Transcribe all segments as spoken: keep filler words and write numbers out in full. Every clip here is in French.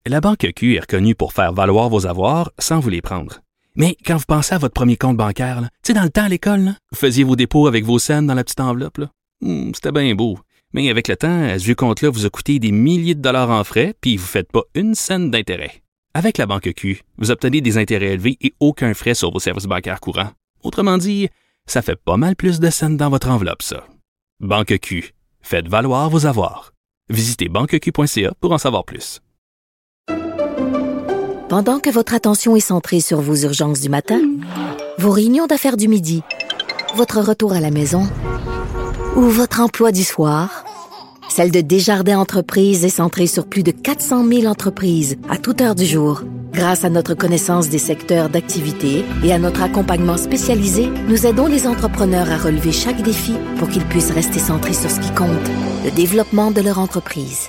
La Banque Q est reconnue pour faire valoir vos avoirs sans vous les prendre. Mais quand vous pensez à votre premier compte bancaire, tu sais, dans le temps à l'école, là, vous faisiez vos dépôts avec vos scènes dans la petite enveloppe. Là. Hum, c'était bien beau. Mais avec le temps, ce vieux compte-là vous a coûté des milliers de dollars en frais, puis vous ne faites pas une scène d'intérêt. Avec la Banque Q, vous obtenez des intérêts élevés et aucun frais sur vos services bancaires courants. Autrement dit, ça fait pas mal plus de scènes dans votre enveloppe, ça. Banque Q. Faites valoir vos avoirs. Visitez banque q point c a pour en savoir plus. Pendant que votre attention est centrée sur vos urgences du matin, vos réunions d'affaires du midi, votre retour à la maison ou votre emploi du soir, celle de Desjardins Entreprises est centrée sur plus de quatre cent mille entreprises à toute heure du jour. Grâce à notre connaissance des secteurs d'activité et à notre accompagnement spécialisé, nous aidons les entrepreneurs à relever chaque défi pour qu'ils puissent rester centrés sur ce qui compte, le développement de leur entreprise.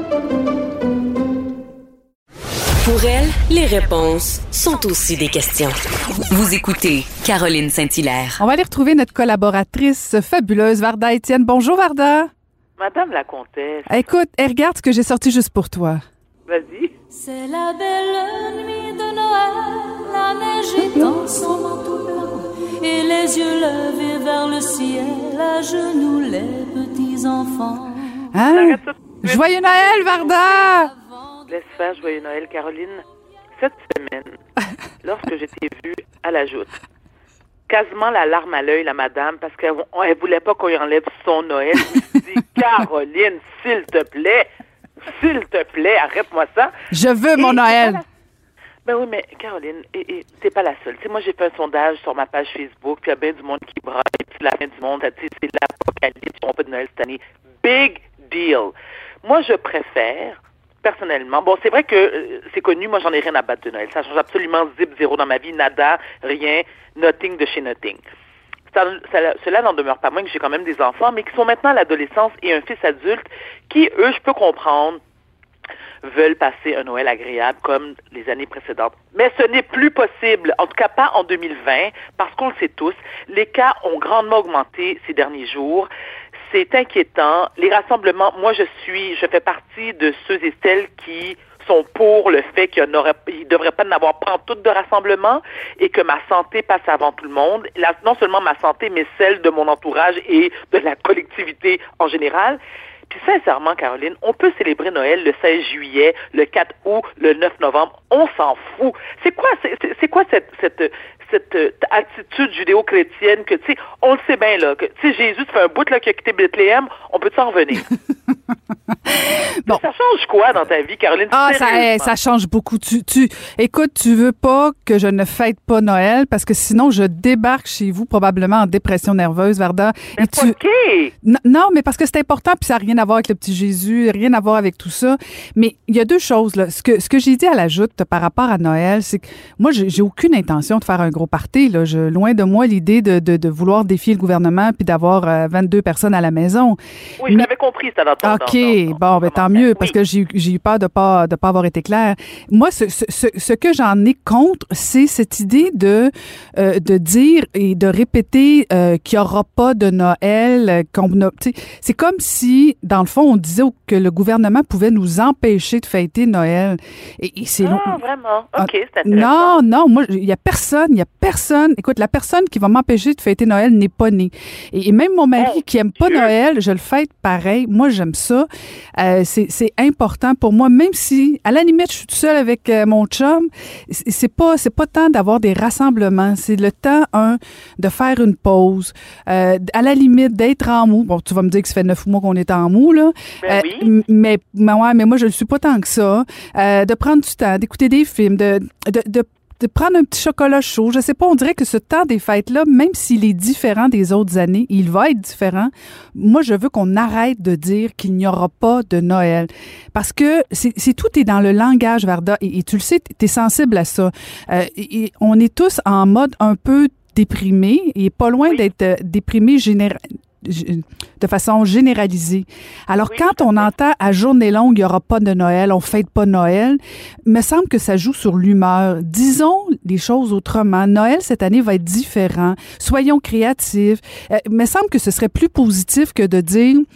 Pour elle, les réponses sont aussi des questions. Vous écoutez Caroline Saint-Hilaire. On va aller retrouver notre collaboratrice fabuleuse, Varda Étienne. Bonjour, Varda. Madame la comtesse. Écoute, hey, regarde ce que j'ai sorti juste pour toi. Vas-y. C'est la belle nuit de Noël, la neige est dans son manteau blanc, et les yeux levés vers le ciel, à genoux les petits enfants. Hein? Joyeux Noël, Varda! Laisse faire Joyeux Noël, Caroline. Cette semaine, lorsque je t'ai vue à la joute, quasiment la larme à l'œil, la madame, parce qu'elle ne voulait pas qu'on lui enlève son Noël. Je me suis dit, Caroline, s'il te plaît, s'il te plaît, arrête-moi ça. Je veux mon et, Noël. La... Ben oui, mais Caroline, et, et, t'es pas la seule. Tu sais, moi, j'ai fait un sondage sur ma page Facebook, puis il y a bien du monde qui braille, puis la fin du monde, tu sais, c'est l'apocalypse, ils n'ont pas de Noël cette année. Big deal. Moi, je préfère... Personnellement, bon, c'est vrai que euh, c'est connu, moi, j'en ai rien à battre de Noël. Ça change absolument zip, zéro dans ma vie, nada, rien, nothing de chez nothing. Ça, ça, cela n'en demeure pas moins que j'ai quand même des enfants, mais qui sont maintenant à l'adolescence et un fils adulte qui, eux, je peux comprendre, veulent passer un Noël agréable comme les années précédentes. Mais ce n'est plus possible, en tout cas pas en deux mille vingt, parce qu'on le sait tous, les cas ont grandement augmenté ces derniers jours. C'est inquiétant. Les rassemblements, moi je suis, je fais partie de ceux et celles qui sont pour le fait qu'il ne devrait pas n'avoir pantoute de rassemblement et que ma santé passe avant tout le monde. Là, non seulement ma santé, mais celle de mon entourage et de la collectivité en général. Puis sincèrement, Caroline, on peut célébrer Noël le seize juillet, le quatre août, le neuf novembre. On s'en fout. C'est quoi, c'est, c'est quoi cette, cette, cette attitude judéo-chrétienne que, tu sais, on le sait bien, là, que, tu sais, Jésus, ça fait un bout, là, qui a quitté Bethléem, on peut s'en revenir? Bon. Ça change quoi dans ta vie, Caroline? Ah, ça, ça change beaucoup. Tu, tu, écoute, tu veux pas que je ne fête pas Noël parce que sinon je débarque chez vous probablement en dépression nerveuse, Varda. Mais tu... OK! N- non, mais parce que c'est important puis ça n'a rien à voir avec le petit Jésus, rien à voir avec tout ça. Mais il y a deux choses, là. Ce que, ce que j'ai dit à la joute par rapport à Noël, c'est que moi, j'ai, j'ai aucune intention de faire un gros party, là. Je, loin de moi l'idée de, de, de vouloir défier le gouvernement puis d'avoir euh, vingt-deux personnes à la maison. Oui, je mais... l'avais compris, c'était dans ton OK, dans, dans, bon, ben tant mieux, parce que j'ai, j'ai eu peur de pas de pas avoir été claire. Moi, ce, ce, ce que j'en ai contre, c'est cette idée de euh, de dire et de répéter euh, qu'il y aura pas de Noël. Qu'on a, c'est comme si, dans le fond, on disait que le gouvernement pouvait nous empêcher de fêter Noël. Et, et c'est ah, long... vraiment? OK, c'est intéressant. Non, non, moi, il y a personne, il y a personne. Écoute, la personne qui va m'empêcher de fêter Noël n'est pas née. Et, et même mon mari oh, qui aime pas Dieu. Noël, je le fête pareil. Moi, j'aime ça. Euh, c'est, c'est important pour moi, même si, à la limite, je suis toute seule avec euh, mon chum, c'est, c'est pas, c'est pas temps d'avoir des rassemblements. C'est le temps, un, de faire une pause. Euh, à la limite, d'être en mou. Bon, tu vas me dire que ça fait neuf mois qu'on est en mou, là. Ben euh, oui. Mais, mais, ouais, mais moi, je le suis pas tant que ça. Euh, de prendre du temps, d'écouter des films, de, de, de de prendre un petit chocolat chaud. Je sais pas, on dirait que ce temps des fêtes-là, même s'il est différent des autres années, il va être différent. Moi, je veux qu'on arrête de dire qu'il n'y aura pas de Noël. Parce que c'est, c'est tout est dans le langage, Varda, et, et tu le sais, tu es sensible à ça. Euh, et, et on est tous en mode un peu déprimé, et pas loin oui. d'être euh, déprimé général. de façon généralisée. Alors, oui, quand on entend à journée longue, il n'y aura pas de Noël, on fête pas Noël, il me semble que ça joue sur l'humeur. Disons les choses autrement. Noël, cette année, va être différent. Soyons créatifs. Euh, il me semble que ce serait plus positif que de dire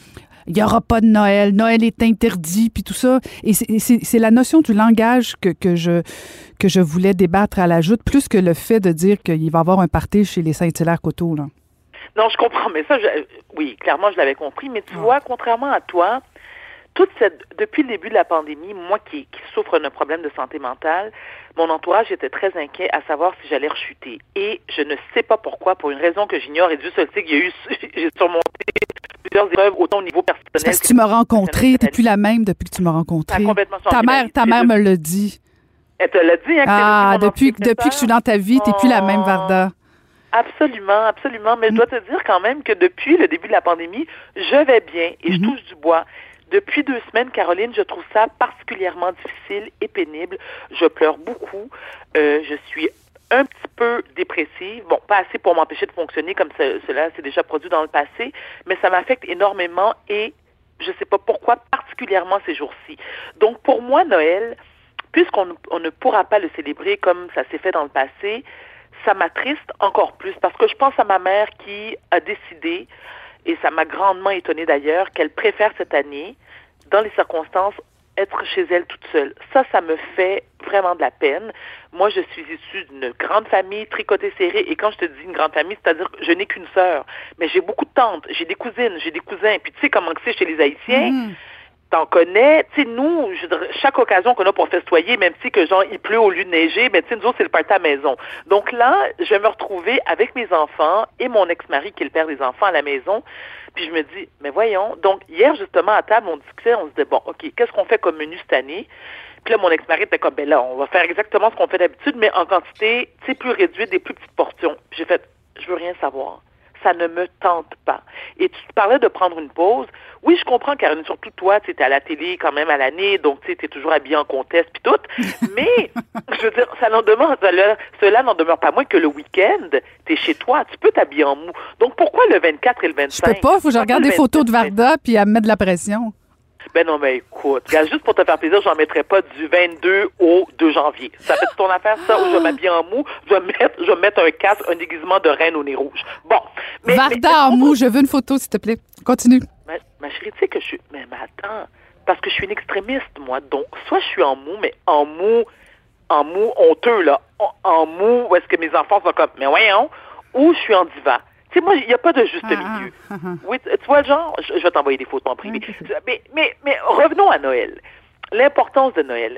il n'y aura pas de Noël, Noël est interdit, puis tout ça. Et c'est, c'est, c'est la notion du langage que, que, je, que je voulais débattre à la joute, plus que le fait de dire qu'il va y avoir un party chez les Saint-Hilaire-Coteau, là. Non, je comprends, mais ça, je, oui, clairement, je l'avais compris, mais tu oh. vois, contrairement à toi, toute cette, depuis le début de la pandémie, moi qui, qui souffre d'un problème de santé mentale, mon entourage était très inquiet à savoir si j'allais rechuter. Et je ne sais pas pourquoi, pour une raison que j'ignore, et Dieu seul sait qu'il y a eu, j'ai surmonté plusieurs épreuves, autant au niveau personnel. Parce que tu m'as rencontré, t'es plus la même depuis que tu m'as rencontré. Ça a complètement changé. Ta mère, ta mère me l'a dit. Elle te l'a dit, hein, que Ah, depuis, depuis que je suis dans ta vie, t'es oh. plus la même, Varda. Absolument, absolument. Mais je dois te dire quand même que depuis le début de la pandémie, je vais bien et mm-hmm. je touche du bois. Depuis deux semaines, Caroline, je trouve ça particulièrement difficile et pénible. Je pleure beaucoup. Euh, je suis un petit peu dépressive. Bon, pas assez pour m'empêcher de fonctionner comme ce, cela s'est déjà produit dans le passé, mais ça m'affecte énormément et je ne sais pas pourquoi, particulièrement ces jours-ci. Donc, pour moi, Noël, puisqu'on on ne pourra pas le célébrer comme ça s'est fait dans le passé, ça m'attriste encore plus parce que je pense à ma mère qui a décidé, et ça m'a grandement étonnée d'ailleurs, qu'elle préfère cette année, dans les circonstances, être chez elle toute seule. Ça, ça me fait vraiment de la peine. Moi, je suis issue d'une grande famille, tricotée serrée, et quand je te dis une grande famille, c'est-à-dire que je n'ai qu'une sœur, mais j'ai beaucoup de tantes, j'ai des cousines, j'ai des cousins, puis tu sais comment c'est chez les Haïtiens, mmh. T'en connais, tu sais, nous, je, chaque occasion qu'on a pour festoyer, même si que genre il pleut au lieu de neiger, mais tu sais, nous autres, c'est le party à la maison. Donc là, je vais me retrouver avec mes enfants et mon ex-mari qui est le père des enfants à la maison, puis je me dis, mais voyons, donc hier, justement, à table, on discutait, on se disait, bon, OK, qu'est-ce qu'on fait comme menu cette année? Puis là, mon ex-mari était comme, ben là, on va faire exactement ce qu'on fait d'habitude, mais en quantité, tu sais, plus réduite, des plus petites portions. Puis j'ai fait, je veux rien savoir. Ça ne me tente pas. Et tu parlais de prendre une pause. Oui, je comprends, Caroline, surtout toi, tu es à la télé quand même à l'année, donc tu es toujours habillée en comtesse puis tout. Mais, je veux dire, ça n'en demeure, cela, cela n'en demeure pas moins que le week-end, tu es chez toi, tu peux t'habiller en mou. Donc pourquoi le vingt-quatre et le vingt-cinq? Je peux pas, faut que je regarde des photos de Varda puis elle me met de la pression. Ben non, mais écoute, regarde, juste pour te faire plaisir, j'en mettrai pas du vingt-deux au deux janvier. Ça fait ton affaire, ça, où je vais m'habiller en mou, je vais mettre, je vais mettre un casque, un déguisement de reine au nez rouge. Bon. Mais, Varda mais, en mou, je veux une photo, s'il te plaît. Continue. Ma, ma chérie, tu sais que je suis, mais, mais attends, parce que je suis une extrémiste, moi, donc, soit je suis en mou, mais en mou, en mou honteux, là, en, en mou, où est-ce que mes enfants sont comme, mais voyons, ou je suis en diva. Tu sais, moi, il n'y a pas de juste ah, milieu. Ah, ah, oui, tu vois le genre? Je, je vais t'envoyer des photos en privé. Ah, mais, mais, mais revenons à Noël. L'importance de Noël.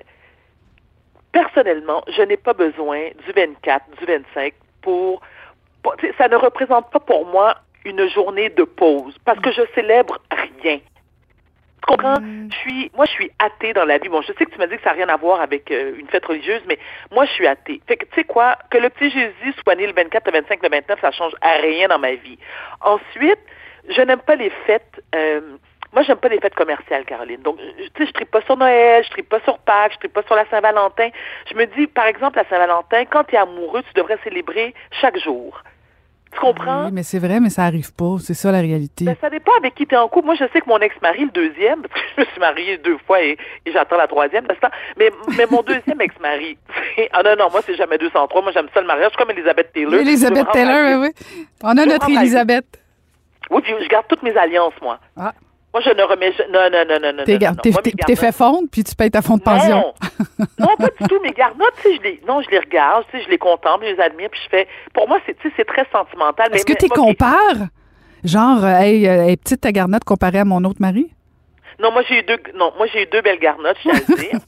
Personnellement, je n'ai pas besoin du vingt-quatre, du vingt-cinq pour... pour ça ne représente pas pour moi une journée de pause parce que je célèbre rien. Tu comprends? Mm. Je suis, moi, je suis athée dans la vie. Bon, je sais que tu m'as dit que ça n'a rien à voir avec euh, une fête religieuse, mais moi, je suis athée. Fait que, tu sais quoi? Que le petit Jésus soit né le vingt-quatre, le vingt-cinq, le vingt-neuf, ça change à rien dans ma vie. Ensuite, je n'aime pas les fêtes... Euh, moi, j'aime pas les fêtes commerciales, Caroline. Donc, tu sais, je tripe pas sur Noël, je tripe pas sur Pâques, je tripe pas sur la Saint-Valentin. Je me dis, par exemple, la Saint-Valentin, quand tu es amoureux, tu devrais célébrer chaque jour. Tu comprends? Oui, mais c'est vrai, mais ça arrive pas. C'est ça, la réalité. Ben, ça dépend avec qui tu es en couple. Moi, je sais que mon ex-mari, le deuxième, parce que je me suis mariée deux fois et, et j'attends la troisième, mais, mais mon deuxième ex-mari, ah non, non, moi, c'est jamais deux cent trois. Moi, j'aime ça le mariage. Je suis comme Elizabeth Taylor. Elisabeth Taylor, oui, oui. On a notre Elisabeth. Oui, puis je garde toutes mes alliances, moi. Ah. Moi, je ne remets... Je... Non, non, non, non, non. T'es, non, t'es, non. Moi, t'es, t'es fait fondre, puis tu payes ta fonds de pension. Non, non, pas du tout. Mes garnottes, tu sais, je les... Non, je les regarde, tu sais, je les contemple, je les admire, puis je fais... Pour moi, c'est, tu sais, c'est très sentimental. Est-ce mais, que tu mais, compares? Genre, euh, hey, euh, hey, petite ta garnotte comparée à mon autre mari? Non, moi, j'ai eu deux... Non, moi, j'ai eu deux belles garnottes, je tiens à le dire.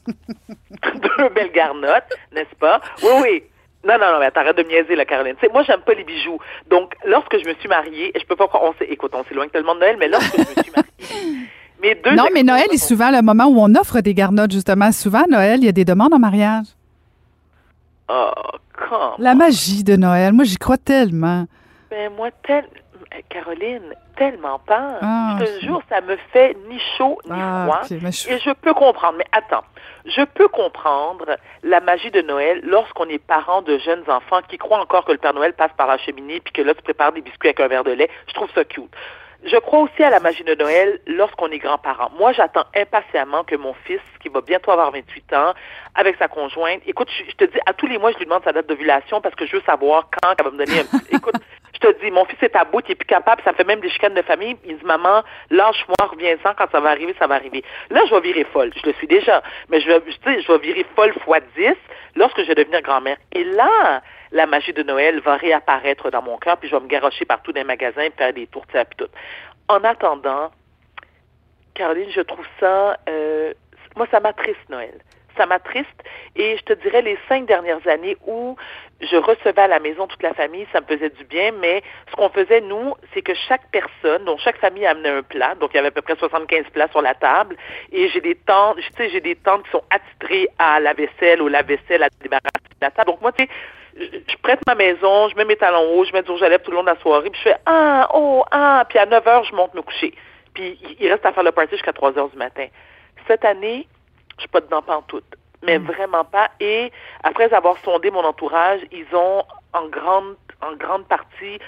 Deux belles garnottes, n'est-ce pas? Oui, oui. Non, non, non, mais t'arrêtes de me niaiser, là, Caroline. Tu sais, moi, j'aime pas les bijoux. Donc, lorsque je me suis mariée, je peux pas... On s'est... Écoute, on s'éloigne tellement de Noël, mais lorsque je me suis mariée... Mes deux non, mais Noël est souvent le moment où on offre des garnottes, justement. Souvent, Noël, il y a des demandes en mariage. Oh, comment? La magie de Noël. Moi, j'y crois tellement. Ben, moi, tel... Caroline, tellement pas. Ah, je te jure, ça me fait ni chaud ni ah, froid. Okay, je... Et je peux comprendre. Mais attends, je peux comprendre la magie de Noël lorsqu'on est parent de jeunes enfants qui croient encore que le Père Noël passe par la cheminée puis que là, tu prépares des biscuits avec un verre de lait. Je trouve ça cute. Je crois aussi à la magie de Noël lorsqu'on est grands-parents. Moi, j'attends impatiemment que mon fils, qui va bientôt avoir vingt-huit ans, avec sa conjointe, écoute, je, je te dis, à tous les mois, je lui demande sa date d'ovulation parce que je veux savoir quand elle va me donner un petit... Écoute, Je te dis, mon fils est à bout, il est plus capable, ça fait même des chicanes de famille. Il dit, maman, lâche-moi, reviens-en, quand ça va arriver, ça va arriver. Là, je vais virer folle. Je le suis déjà. Mais je vais, tu sais, je vais virer folle fois dix lorsque je vais devenir grand-mère. Et là, la magie de Noël va réapparaître dans mon cœur, puis je vais me garrocher partout dans les magasins, puis faire des tourtières, puis tout. En attendant, Caroline, je trouve ça, euh, moi, ça m'attriste, Noël. Ça m'attriste, et je te dirais, les cinq dernières années où je recevais à la maison toute la famille, ça me faisait du bien, mais ce qu'on faisait, nous, c'est que chaque personne, donc chaque famille amenait un plat, donc il y avait à peu près soixante-quinze plats sur la table, et j'ai des tantes, tu sais, j'ai des tantes qui sont attitrées à la vaisselle, au lave-vaisselle, à débarrasser de la table. Donc moi, tu sais, je prête ma maison, je mets mes talons hauts, je mets du rouge à lèvres tout le long de la soirée, puis je fais « Ah, oh, ah », puis à neuf heures, je monte me coucher. Puis il reste à faire le party jusqu'à trois heures du matin. Cette année, je suis pas dedans pantoute, mais mmh. vraiment pas. Et après avoir sondé mon entourage, ils ont en grande, en grande partie,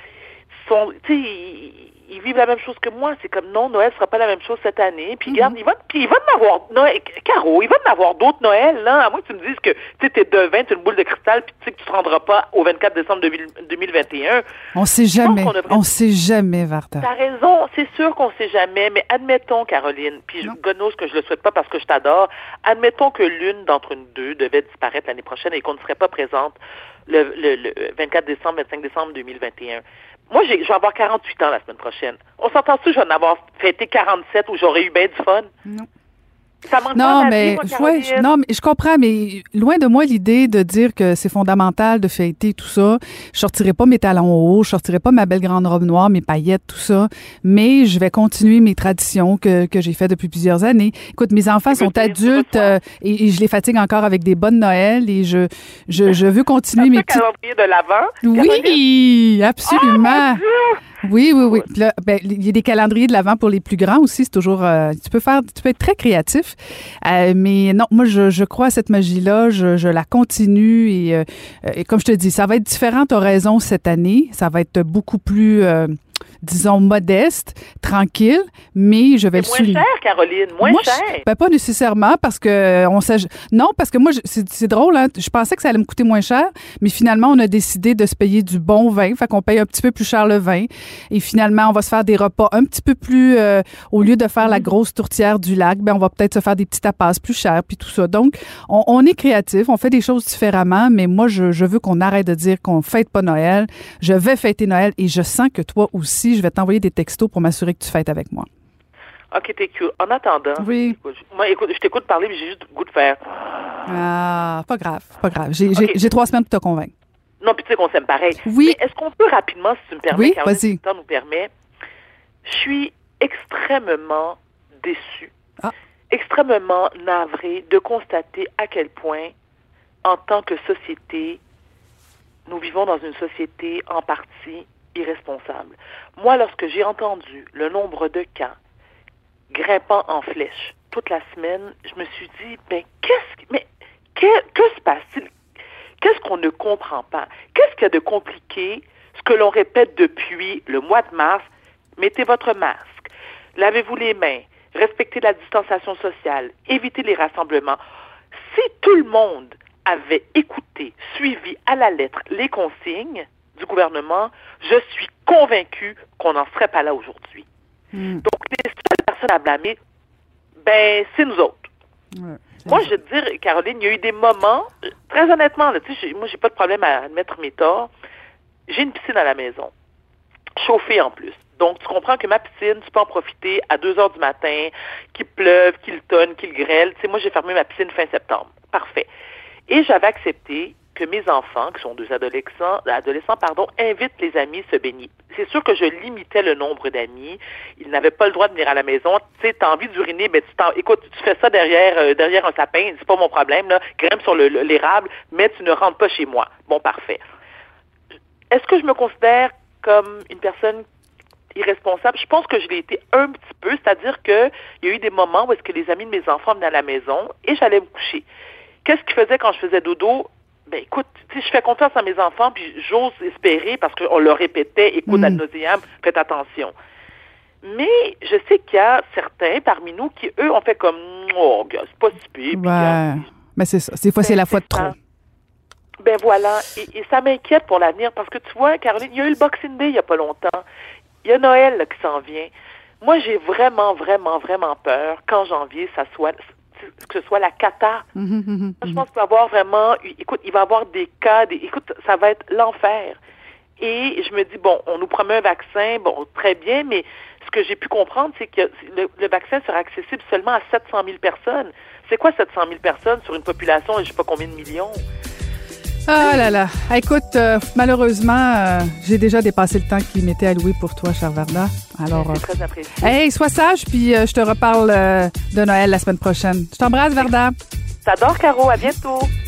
sont, tu sais, ils, ils vivent la même chose que moi. C'est comme non, Noël sera pas la même chose cette année. Puis mmh. regarde, il va, puis il va en avoir, Noël, Caro, il va en avoir d'autres Noël là. À moins que tu me dises que tu sais, t'es devin, t'es une boule de cristal, puis tu sais que tu te rendras pas au vingt-quatre décembre deux mille vingt et un. On sait jamais. On, devrait... on sait jamais, Varda. T'as raison, c'est sûr qu'on sait jamais. Mais admettons, Caroline, puis je gonose que je le souhaite pas parce que je t'adore. Admettons que l'une d'entre nous deux devait disparaître l'année prochaine et qu'on ne serait pas présente le, le, le vingt-quatre décembre, vingt-cinq décembre deux mille vingt et un. Moi, j'ai, je vais avoir quarante-huit ans la semaine prochaine. On s'entend-tu, je vais en avoir fêté quarante-sept où j'aurais eu bien du fun? Non. Ça manque non, pas mais, vie, moi, ouais, je, non, mais je comprends, mais loin de moi l'idée de dire que c'est fondamental de fêter tout ça. Je sortirai pas mes talons hauts, je sortirai pas ma belle grande robe noire, mes paillettes, tout ça, mais je vais continuer mes traditions que, que j'ai fait depuis plusieurs années. Écoute, mes enfants sont adultes euh, et, et je les fatigue encore avec des bonnes Noël et je, je, je veux continuer mes petits... calendrier de l'Avent? Oui, absolument. Oh, oui, oui, oui. Puis là, ben, il y a des calendriers de l'Avent pour les plus grands aussi. C'est toujours, euh, tu peux faire, tu peux être très créatif. Euh, mais non, moi, je, je crois à cette magie-là. Je, je la continue et, euh, et comme je te dis, ça va être différent. T'as raison cette année. Ça va être beaucoup plus, euh, disons, modeste, tranquille, mais je vais c'est le moins cher, Caroline, moins moi, cher. Je, ben pas nécessairement parce que on sait, non, parce que moi, je, c'est, c'est drôle, hein, je pensais que ça allait me coûter moins cher, mais finalement, on a décidé de se payer du bon vin, fait qu'on paye un petit peu plus cher le vin, et finalement, on va se faire des repas un petit peu plus, euh, au lieu de faire la grosse tourtière du lac, ben on va peut-être se faire des petits tapas plus chers, puis tout ça. Donc, on, on est créatif, on fait des choses différemment, mais moi, je, je veux qu'on arrête de dire qu'on fête pas Noël. Je vais fêter Noël, et je sens que toi aussi, je vais t'envoyer des textos pour m'assurer que tu fêtes avec moi. OK, t'es cute. En attendant, oui. écoute, moi, écoute, je t'écoute parler, mais j'ai juste le goût de faire. Ah, pas grave, pas grave. J'ai, okay. j'ai, j'ai trois semaines pour te convaincre. Non, puis tu sais qu'on s'aime pareil. Oui. Mais est-ce qu'on peut rapidement, si tu me permets, oui, Caroline, vas-y. si le temps nous permet, je suis extrêmement déçue, ah. extrêmement navrée de constater à quel point, en tant que société, nous vivons dans une société en partie irresponsable. Moi, lorsque j'ai entendu le nombre de cas grimpant en flèche toute la semaine, je me suis dit, ben, qu'est-ce, mais, que, que se passe-t-il? Qu'est-ce qu'on ne comprend pas? Qu'est-ce qu'il y a de compliqué? Ce que l'on répète depuis le mois de mars, mettez votre masque, lavez-vous les mains, respectez la distanciation sociale, évitez les rassemblements. Si tout le monde avait écouté, suivi à la lettre les consignes du gouvernement, je suis convaincue qu'on n'en serait pas là aujourd'hui. Mm. Donc, les seules personnes à blâmer, ben, c'est nous autres. Ouais, c'est moi, ça. Je veux te dire, Caroline, il y a eu des moments, très honnêtement, là, tu sais, moi, j'ai pas de problème à admettre mes torts. J'ai une piscine à la maison, chauffée en plus. Donc, tu comprends que ma piscine, tu peux en profiter à deux heures du matin, qu'il pleuve, qu'il tonne, qu'il grêle. Tu sais, moi, j'ai fermé ma piscine fin septembre. Parfait. Et j'avais accepté que mes enfants, qui sont deux adolescents, adolescents, pardon, invitent les amis se baigner. C'est sûr que je limitais le nombre d'amis. Ils n'avaient pas le droit de venir à la maison. Tu sais, t'as envie d'uriner, mais tu t'en, écoute, tu fais ça derrière, euh, derrière un sapin, c'est pas mon problème, là. Grimpe sur le, le, l'érable, mais tu ne rentres pas chez moi. Bon, parfait. Est-ce que je me considère comme une personne irresponsable? Je pense que je l'ai été un petit peu, c'est-à-dire que il y a eu des moments où est-ce que les amis de mes enfants venaient à la maison et j'allais me coucher. Qu'est-ce qu'ils faisaient quand je faisais dodo? Ben écoute, tu sais, je fais confiance à mes enfants, puis j'ose espérer, parce qu'on leur répétait, écoute, ad nauseam, faites attention. Mais je sais qu'il y a certains parmi nous qui, eux, ont fait comme, oh, c'est pas si pire. Ouais, mais c'est ça. Des fois, c'est, c'est la fois de trop. Ben voilà, et, et ça m'inquiète pour l'avenir parce que tu vois, Caroline, il y a eu le Boxing Day il y a pas longtemps. Il y a Noël là, qui s'en vient. Moi, j'ai vraiment, vraiment, vraiment peur qu'en janvier, ça soit que ce soit la cata. Mm-hmm, mm-hmm. Je pense qu'il va y avoir vraiment, écoute, il va y avoir des cas, des, écoute, ça va être l'enfer. Et je me dis, bon, on nous promet un vaccin, bon, très bien, mais ce que j'ai pu comprendre, c'est que le, le vaccin sera accessible seulement à sept cent mille personnes. C'est quoi sept cent mille personnes sur une population de je sais pas combien de millions? Ah là là. Écoute, euh, malheureusement, euh, j'ai déjà dépassé le temps qui m'était alloué pour toi, cher Varda. Alors, c'est très apprécié. Euh, hey, sois sage, puis euh, je te reparle euh, de Noël la semaine prochaine. Je t'embrasse, Varda. T'adores, Caro. À bientôt.